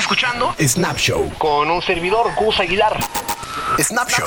escuchando Snap Show con un servidor, Gus Aguilar. Snap Show.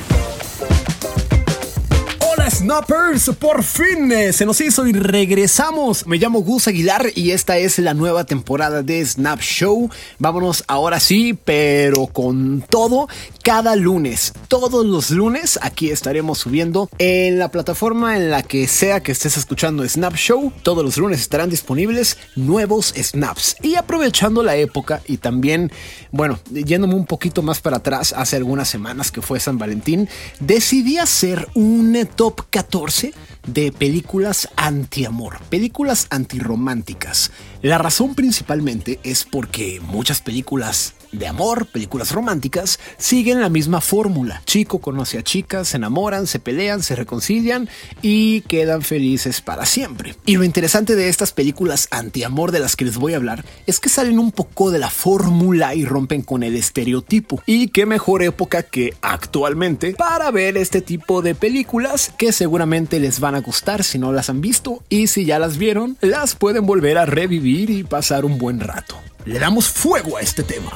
Hola Snappers, por fin se nos hizo y regresamos. Me llamo Gus Aguilar y esta es la nueva temporada de Snap Show. Vámonos ahora sí, pero con todo. Cada lunes, todos los lunes, aquí estaremos subiendo en la plataforma en la que sea que estés escuchando Snap Show. Todos los lunes estarán disponibles nuevos snaps. Y aprovechando la época y también, bueno, yéndome un poquito más para atrás, hace algunas semanas que fue San Valentín, decidí hacer un top 14 de películas anti-amor, películas antirrománticas. La razón principalmente es porque muchas películas de amor, películas románticas, siguen la misma fórmula. Chico conoce a chica, se enamoran, se pelean, se reconcilian y quedan felices para siempre. Y lo interesante de estas películas antiamor de las que les voy a hablar es que salen un poco de la fórmula y rompen con el estereotipo. Y qué mejor época que actualmente para ver este tipo de películas que seguramente les van a gustar si no las han visto, y si ya las vieron, las pueden volver a revivir y pasar un buen rato. Le damos fuego a este tema.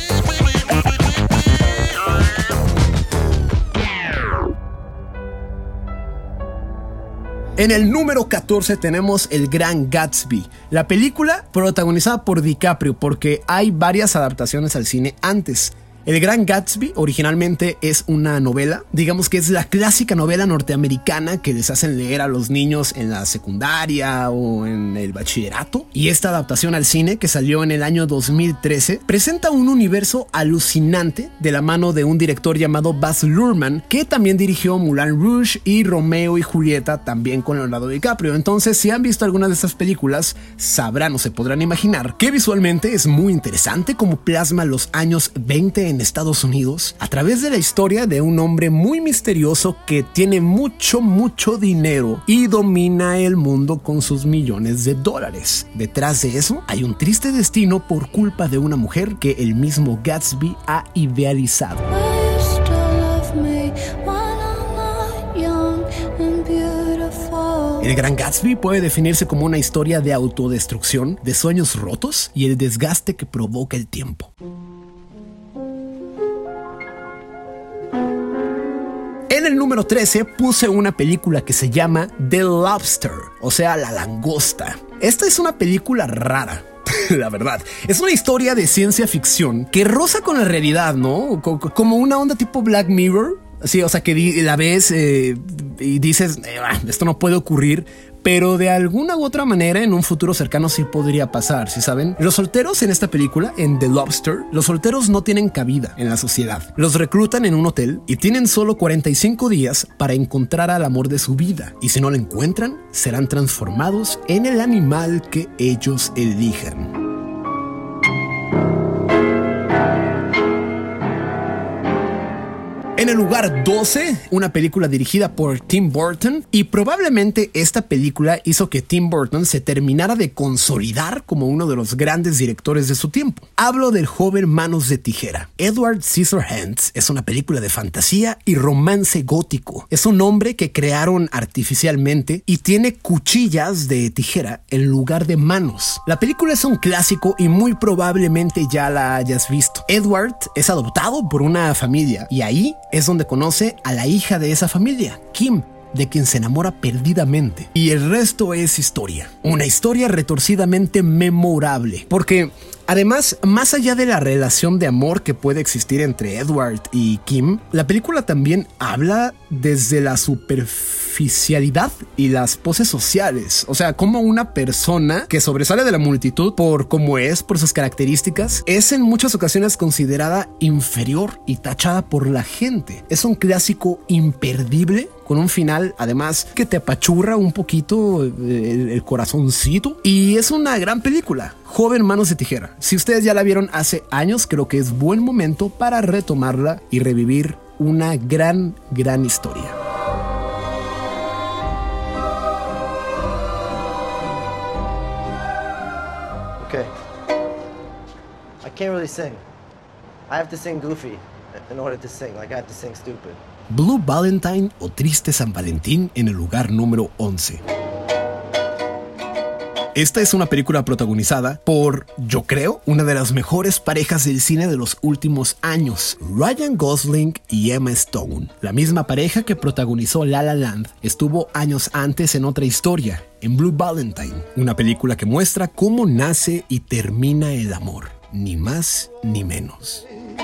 En el número 14 tenemos El Gran Gatsby, la película protagonizada por DiCaprio, porque hay varias adaptaciones al cine antes. El Gran Gatsby originalmente es una novela, digamos que es la clásica novela norteamericana que les hacen leer a los niños en la secundaria o en el bachillerato. Y esta adaptación al cine, que salió en el año 2013, presenta un universo alucinante de la mano de un director llamado Baz Luhrmann, que también dirigió Moulin Rouge y Romeo y Julieta, también con Leonardo DiCaprio. Entonces, si han visto algunas de estas películas, sabrán o se podrán imaginar que visualmente es muy interesante como plasma los años 20 en Estados Unidos a través de la historia de un hombre muy misterioso que tiene mucho dinero y domina el mundo con sus millones de dólares. Detrás de eso hay un triste destino por culpa de una mujer que el mismo Gatsby ha idealizado. El Gran Gatsby puede definirse como una historia de autodestrucción, de sueños rotos y el desgaste que provoca el tiempo. En el número 13 puse una película que se llama The Lobster, o sea, La Langosta. Esta es una película rara. La verdad, es una historia de ciencia ficción que roza con la realidad, ¿no? Como una onda tipo Black Mirror. Sí, o sea, que la ves y dices, esto no puede ocurrir, pero de alguna u otra manera en un futuro cercano sí podría pasar, ¿sí saben? Los solteros en esta película, en The Lobster, los solteros no tienen cabida en la sociedad. Los reclutan en un hotel y tienen solo 45 días para encontrar al amor de su vida. Y si no lo encuentran, serán transformados en el animal que ellos elijan. En el lugar 12, una película dirigida por Tim Burton, y probablemente esta película hizo que Tim Burton se terminara de consolidar como uno de los grandes directores de su tiempo. Hablo del joven Manos de Tijera. Edward Scissorhands es una película de fantasía y romance gótico. Es un hombre que crearon artificialmente y tiene cuchillas de tijera en lugar de manos. La película es un clásico y muy probablemente ya la hayas visto. Edward es adoptado por una familia y ahí es donde conoce a la hija de esa familia, Kim, de quien se enamora perdidamente. Y el resto es historia. Una historia retorcidamente memorable. Porque además, más allá de la relación de amor que puede existir entre Edward y Kim, la película también habla desde la superficialidad y las poses sociales. O sea, como una persona que sobresale de la multitud por cómo es, por sus características, es en muchas ocasiones considerada inferior y tachada por la gente. Es un clásico imperdible con un final, además, que te apachurra un poquito el corazoncito. Y es una gran película. Joven Manos de Tijera. Si ustedes ya la vieron hace años, creo que es buen momento para retomarla y revivir una gran historia. Okay. I can't really sing. I have to sing goofy in order to sing. Like I have to sing stupid. Blue Valentine o Triste San Valentín en el lugar número 11. Esta es una película protagonizada por, yo creo, una de las mejores parejas del cine de los últimos años, Ryan Gosling y Emma Stone. La misma pareja que protagonizó La La Land estuvo años antes en otra historia, en Blue Valentine, una película que muestra cómo nace y termina el amor, ni más ni menos.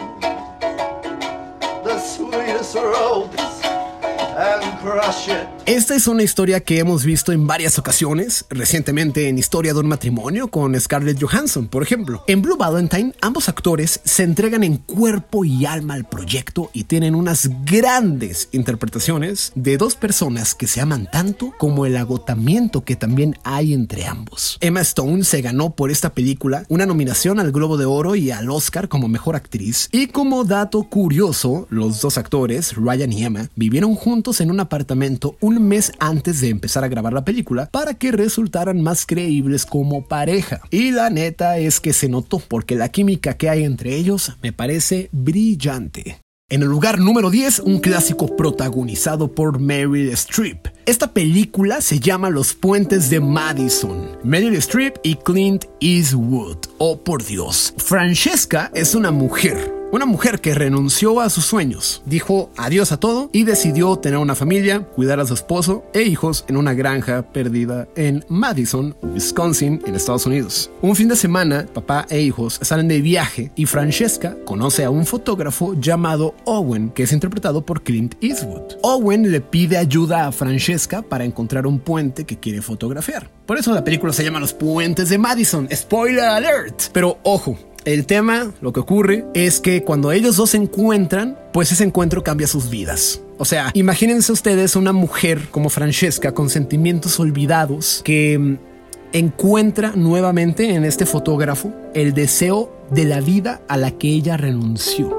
The sweetest rose and crush it. Esta es una historia que hemos visto en varias ocasiones, recientemente en Historia de un matrimonio con Scarlett Johansson, por ejemplo. En Blue Valentine, ambos actores se entregan en cuerpo y alma al proyecto y tienen unas grandes interpretaciones de dos personas que se aman tanto como el agotamiento que también hay entre ambos. Emma Stone se ganó por esta película una nominación al Globo de Oro y al Oscar como mejor actriz. Y como dato curioso, los dos actores, Ryan y Emma, vivieron juntos en un apartamento un mes antes de empezar a grabar la película para que resultaran más creíbles como pareja. Y la neta es que se notó, porque la química que hay entre ellos me parece brillante. En el lugar número 10, un clásico protagonizado por Meryl Streep. Esta película se llama Los Puentes de Madison. Meryl Streep y Clint Eastwood. Oh, por Dios. Francesca es una mujer que renunció a sus sueños, dijo adiós a todo y decidió tener una familia, cuidar a su esposo e hijos en una granja perdida en Madison, Wisconsin, en Estados Unidos. Un fin de semana, papá e hijos salen de viaje y Francesca conoce a un fotógrafo llamado Owen, que es interpretado por Clint Eastwood. Owen le pide ayuda a Francesca para encontrar un puente que quiere fotografiar. Por eso la película se llama Los Puentes de Madison. Spoiler alert. Pero ojo, el tema, lo que ocurre, es que cuando ellos dos se encuentran, pues ese encuentro cambia sus vidas. O sea, imagínense ustedes una mujer como Francesca con sentimientos olvidados que encuentra nuevamente en este fotógrafo el deseo de la vida a la que ella renunció.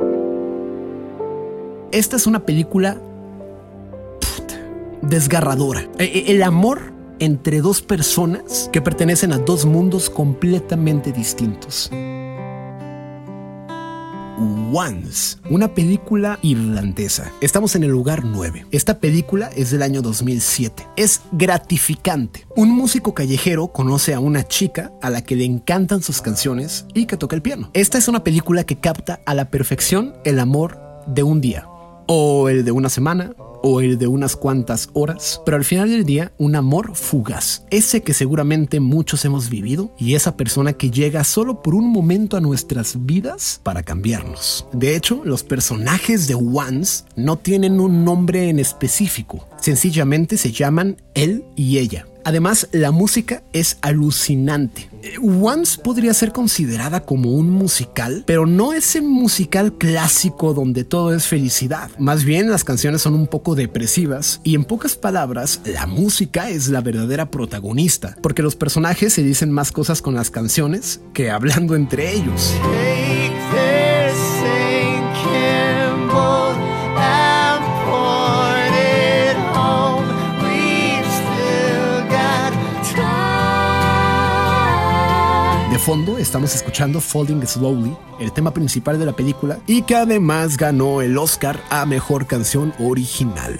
Esta es una película desgarradora. El amor entre dos personas que pertenecen a dos mundos completamente distintos. Once, una película irlandesa. Estamos en el lugar 9. Esta película es del año 2007. Es gratificante. Un músico callejero conoce a una chica a la que le encantan sus canciones y que toca el piano. Esta es una película que capta a la perfección el amor de un día, o el de una semana, o el de unas cuantas horas, pero al final del día un amor fugaz, ese que seguramente muchos hemos vivido, y esa persona que llega solo por un momento a nuestras vidas para cambiarnos. De hecho, los personajes de Once no tienen un nombre en específico, sencillamente se llaman él y ella. Además, la música es alucinante. Once podría ser considerada como un musical, pero no ese musical clásico donde todo es felicidad. Más bien, las canciones son un poco depresivas y, en pocas palabras, la música es la verdadera protagonista, porque los personajes se dicen más cosas con las canciones que hablando entre ellos. De fondo estamos escuchando Falling Slowly, el tema principal de la película, y que además ganó el Oscar a Mejor Canción Original.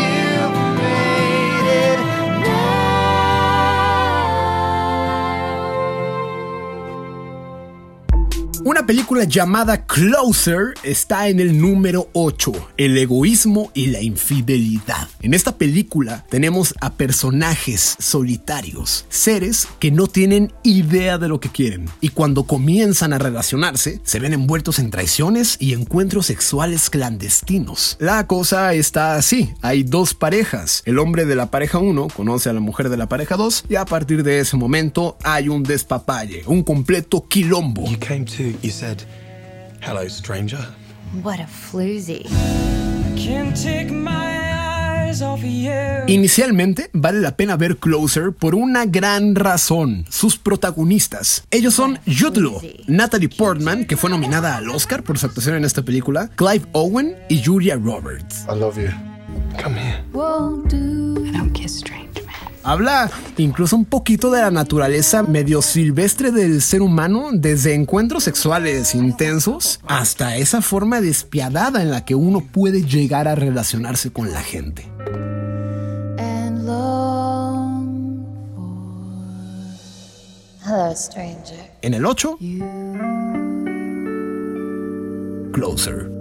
Una película llamada Closer está en el número 8, el egoísmo y la infidelidad. En esta película tenemos a personajes solitarios, seres que no tienen idea de lo que quieren, y cuando comienzan a relacionarse, se ven envueltos en traiciones y encuentros sexuales clandestinos. La cosa está así, hay dos parejas, el hombre de la pareja 1 conoce a la mujer de la pareja 2, y a partir de ese momento hay un despapalle, un completo quilombo. You said, "Hello, stranger." What a floozy. Can't take my eyes off you. Inicialmente vale la pena ver Closer por una gran razón: sus protagonistas. Ellos son Jude Law, Natalie Portman, que fue nominada al Oscar por su actuación en esta película, Clive Owen y Julia Roberts. I love you. Come here. Won't do. I don't kiss strange men. Habla incluso un poquito de la naturaleza medio silvestre del ser humano, desde encuentros sexuales intensos hasta esa forma despiadada en la que uno puede llegar a relacionarse con la gente. And long for Hello, stranger. En el 8, Closer.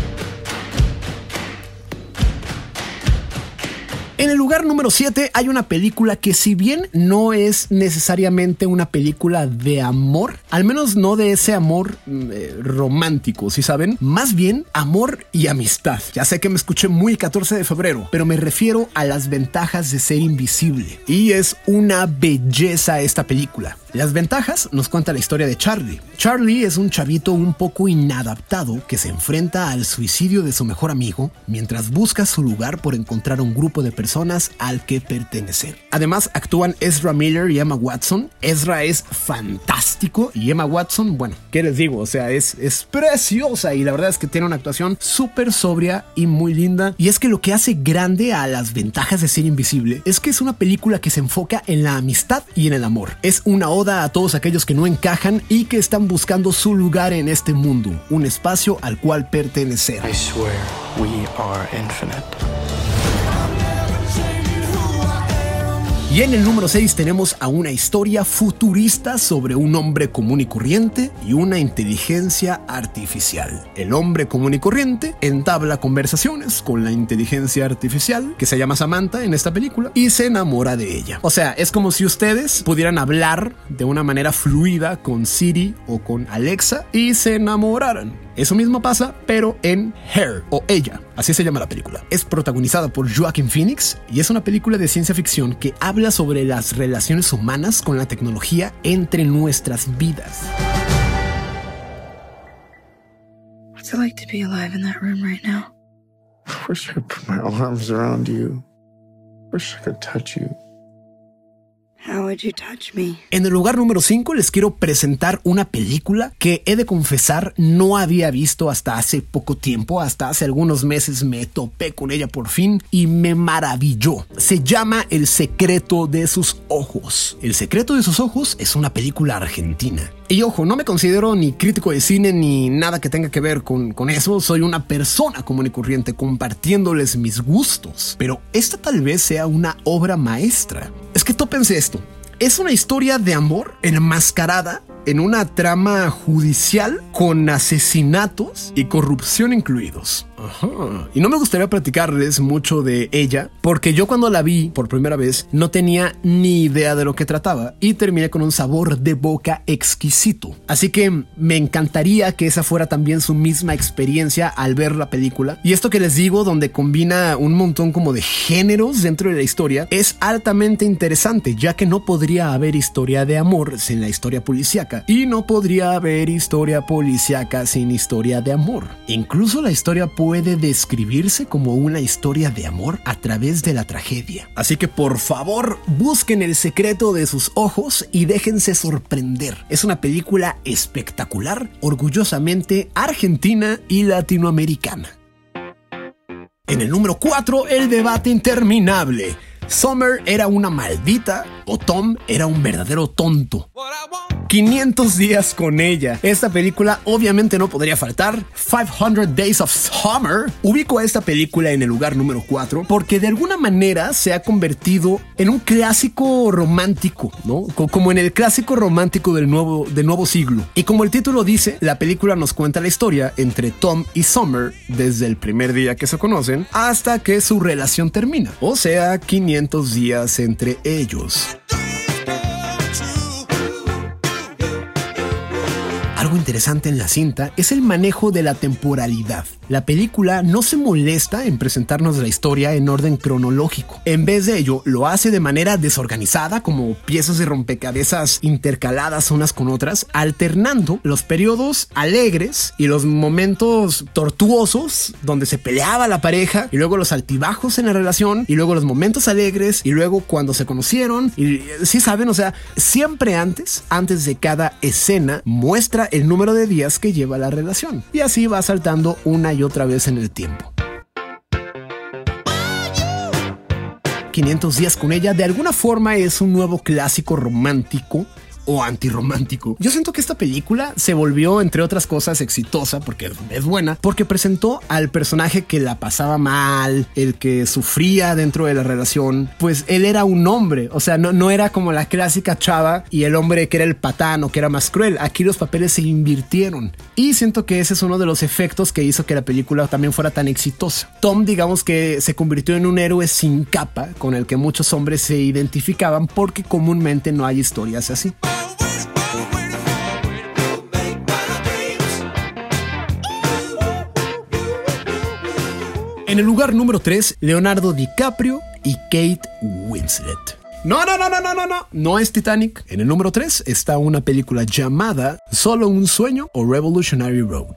En el lugar número 7 hay una película que, si bien no es necesariamente una película de amor, al menos no de ese amor romántico, ¿sí saben? Más bien amor y amistad. Ya sé que me escuché muy 14 de febrero, pero me refiero a Las ventajas de ser invisible. Y es una belleza esta película. Las ventajas nos cuenta la historia de Charlie. Charlie es un chavito un poco inadaptado que se enfrenta al suicidio de su mejor amigo mientras busca su lugar por encontrar un grupo de personas al que pertenecer. Además actúan Ezra Miller y Emma Watson. Ezra es fantástico y Emma Watson, bueno, ¿qué les digo? O sea, es preciosa y la verdad es que tiene una actuación súper sobria y muy linda. Y es que lo que hace grande a Las ventajas de ser invisible es que es una película que se enfoca en la amistad y en el amor. Es una oda a todos aquellos que no encajan y que están buscando su lugar en este mundo, un espacio al cual pertenecer. I swear we are infinite. Y en el número 6 tenemos a una historia futurista sobre un hombre común y corriente y una inteligencia artificial. El hombre común y corriente entabla conversaciones con la inteligencia artificial, que se llama Samantha en esta película, y se enamora de ella. O sea, es como si ustedes pudieran hablar de una manera fluida con Siri o con Alexa y se enamoraran. Eso mismo pasa, pero en Her, o Ella, así se llama la película. Es protagonizada por Joaquin Phoenix y es una película de ciencia ficción que habla sobre las relaciones humanas con la tecnología entre nuestras vidas. What's it like to be alive in that room right now? I wish I could put my arms around you. Wish I could touch you. How would you touch me? En el lugar número 5 les quiero presentar una película que he de confesar no había visto hasta hace poco tiempo. Hasta hace algunos meses me topé con ella por fin y me maravilló. Se llama El secreto de sus ojos. El secreto de sus ojos es una película argentina. Y ojo, no me considero ni crítico de cine ni nada que tenga que ver con eso. Soy una persona común y corriente compartiéndoles mis gustos. Pero esta tal vez sea una obra maestra. Es que tópense esto. Es una historia de amor enmascarada en una trama judicial con asesinatos y corrupción incluidos. Ajá. Y no me gustaría platicarles mucho de ella, porque yo cuando la vi por primera vez no tenía ni idea de lo que trataba y terminé con un sabor de boca exquisito. Así que me encantaría que esa fuera también su misma experiencia al ver la película. Y esto que les digo, donde combina un montón como de géneros dentro de la historia, es altamente interesante, ya que no podría haber historia de amor sin la historia policíaca y no podría haber historia policíaca sin historia de amor. Incluso la historia puede describirse como una historia de amor a través de la tragedia. Así que por favor, busquen El secreto de sus ojos y déjense sorprender. Es una película espectacular, orgullosamente argentina y latinoamericana. En el número 4, el debate interminable. Summer era una maldita o Tom era un verdadero tonto. 500 días con ella. Esta película obviamente no podría faltar. 500 Days of Summer. Ubico a esta película en el lugar número 4 porque de alguna manera se ha convertido en un clásico romántico, ¿no? Como en el clásico romántico del nuevo siglo. Y como el título dice, la película nos cuenta la historia entre Tom y Summer desde el primer día que se conocen hasta que su relación termina. O sea, 500 días entre ellos. Algo interesante en la cinta es el manejo de la temporalidad. La película no se molesta en presentarnos la historia en orden cronológico. En vez de ello, lo hace de manera desorganizada, como piezas de rompecabezas intercaladas unas con otras, alternando los periodos alegres y los momentos tortuosos donde se peleaba la pareja, y luego los altibajos en la relación, y luego los momentos alegres, y luego cuando se conocieron. Y sí saben, o sea, siempre antes de cada escena muestra el número de días que lleva la relación, y así va saltando una y otra vez en el tiempo. 500 días con ella de alguna forma es un nuevo clásico romántico o antirromántico. Yo siento que esta película se volvió, entre otras cosas, exitosa porque es buena, porque presentó al personaje que la pasaba mal, el que sufría dentro de la relación. Pues él era un hombre, o sea, no era como la clásica chava y el hombre que era el patán o que era más cruel. Aquí los papeles se invirtieron y siento que ese es uno de los efectos que hizo que la película también fuera tan exitosa. Tom, digamos que se convirtió en un héroe sin capa con el que muchos hombres se identificaban porque comúnmente no hay historias así. En el lugar número 3, Leonardo DiCaprio y Kate Winslet. No es Titanic. En el número 3 está una película llamada Solo un sueño o Revolutionary Road.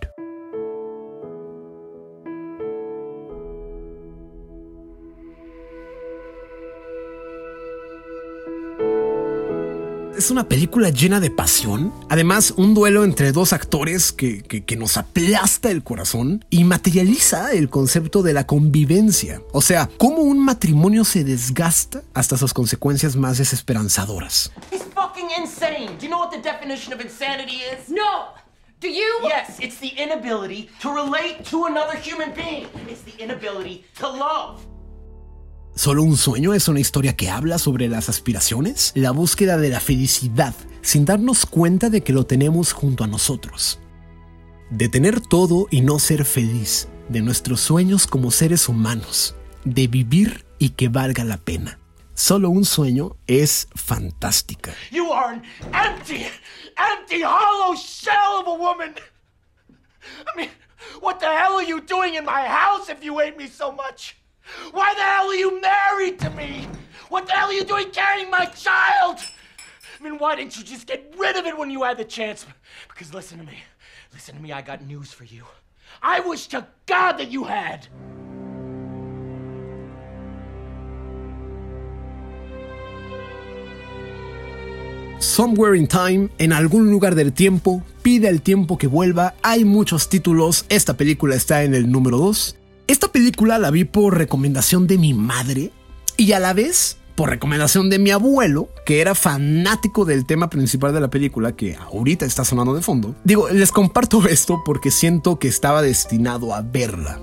Es una película llena de pasión. Además, un duelo entre dos actores que nos aplasta el corazón y materializa el concepto de la convivencia. O sea, cómo un matrimonio se desgasta hasta sus consecuencias más desesperanzadoras. He's fucking insane. Do you know what the definition of insanity is? No! Do you? Yes, it's the inability to relate to another human being. It's the inability to love. Solo un sueño es una historia que habla sobre las aspiraciones, la búsqueda de la felicidad, sin darnos cuenta de que lo tenemos junto a nosotros. De tener todo y no ser feliz, de nuestros sueños como seres humanos, de vivir y que valga la pena. Solo un sueño es fantástica. You are an empty, hollow shell of a woman. I mean, what the hell are you doing in my house if you hate me so much? Why the hell are you married to me? What the hell are you doing carrying my child? I mean, why didn't you just get rid of it when you had the chance? Because listen to me, I got news for you. I wish to God that you had. Somewhere in Time, en algún lugar del tiempo, pide el tiempo que vuelva. Hay muchos títulos, esta película está en el número 2. Esta película la vi por recomendación de mi madre y a la vez por recomendación de mi abuelo, que era fanático del tema principal de la película, que ahorita está sonando de fondo. Digo, les comparto esto porque siento que estaba destinado a verla.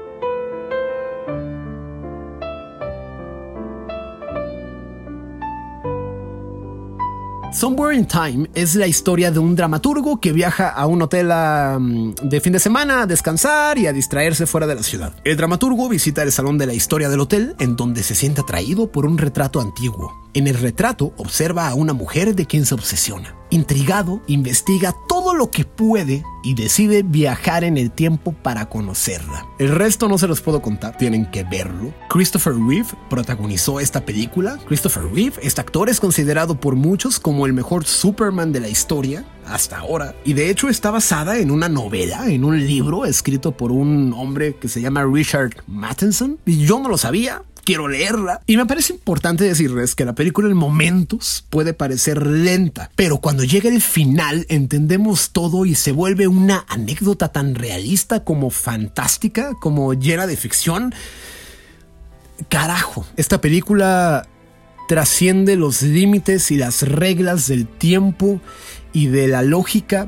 Somewhere in Time es la historia de un dramaturgo que viaja a un hotel de fin de semana a descansar y a distraerse fuera de la ciudad. El dramaturgo visita el salón de la historia del hotel, en donde se siente atraído por un retrato antiguo. En el retrato observa a una mujer de quien se obsesiona. Intrigado, investiga todo lo que puede y decide viajar en el tiempo para conocerla. El resto no se los puedo contar, tienen que verlo. Christopher Reeve protagonizó esta película. Christopher Reeve, este actor, es considerado por muchos como el mejor Superman de la historia hasta ahora, y de hecho está basada en una novela, en un libro escrito por un hombre que se llama Richard Matheson, y yo no lo sabía. Quiero leerla. Y me parece importante decirles que la película en momentos puede parecer lenta, pero cuando llega el final entendemos todo y se vuelve una anécdota tan realista como fantástica, como llena de ficción. Carajo, esta película trasciende los límites y las reglas del tiempo y de la lógica,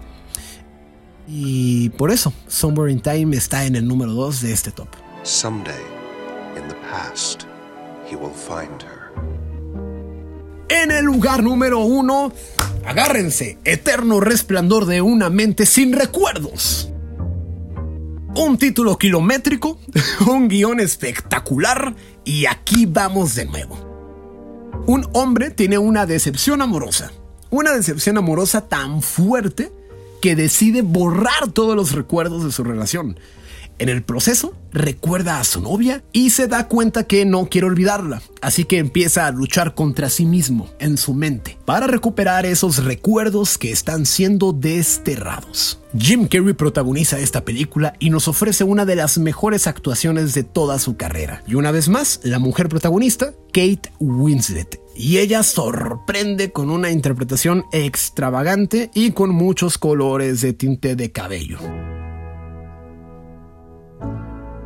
y por eso Somewhere in Time está en el número 2 de este top. Someday in the past, he will find her. En el lugar número 1, agárrense, Eterno Resplandor de una mente sin recuerdos. Un título kilométrico, un guión espectacular, y aquí vamos de nuevo. Un hombre tiene una decepción amorosa tan fuerte que decide borrar todos los recuerdos de su relación. En el proceso, recuerda a su novia y se da cuenta que no quiere olvidarla, así que empieza a luchar contra sí mismo en su mente para recuperar esos recuerdos que están siendo desterrados. Jim Carrey protagoniza esta película y nos ofrece una de las mejores actuaciones de toda su carrera. Y una vez más, la mujer protagonista, Kate Winslet. Y ella sorprende con una interpretación extravagante y con muchos colores de tinte de cabello.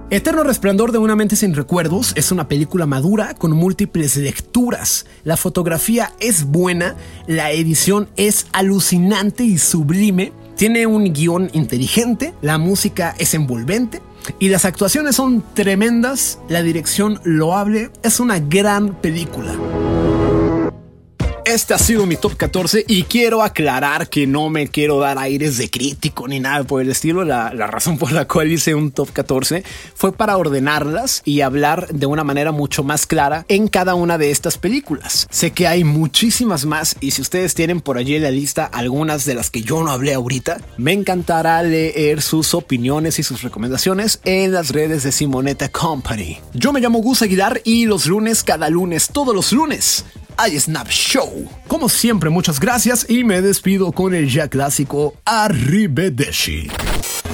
Eterno Resplandor de una mente sin recuerdos es una película madura con múltiples lecturas. La fotografía es buena, la edición es alucinante y sublime, tiene un guión inteligente, la música es envolvente y las actuaciones son tremendas, la dirección loable, es una gran película. Este ha sido mi top 14 y quiero aclarar que no me quiero dar aires de crítico ni nada por el estilo. La razón por la cual hice un top 14 fue para ordenarlas y hablar de una manera mucho más clara en cada una de estas películas. Sé que hay muchísimas más y si ustedes tienen por allí en la lista algunas de las que yo no hablé ahorita, me encantará leer sus opiniones y sus recomendaciones en las redes de Simonetta Company. Yo me llamo Gus Aguilar y los lunes, cada lunes, todos los lunes, hay Snap Show. Como siempre, muchas gracias y me despido con el ya clásico Arrivederci.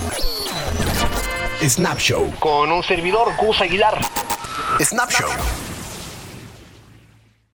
Snap Show. Con un servidor, Gus Aguilar. Snap Show.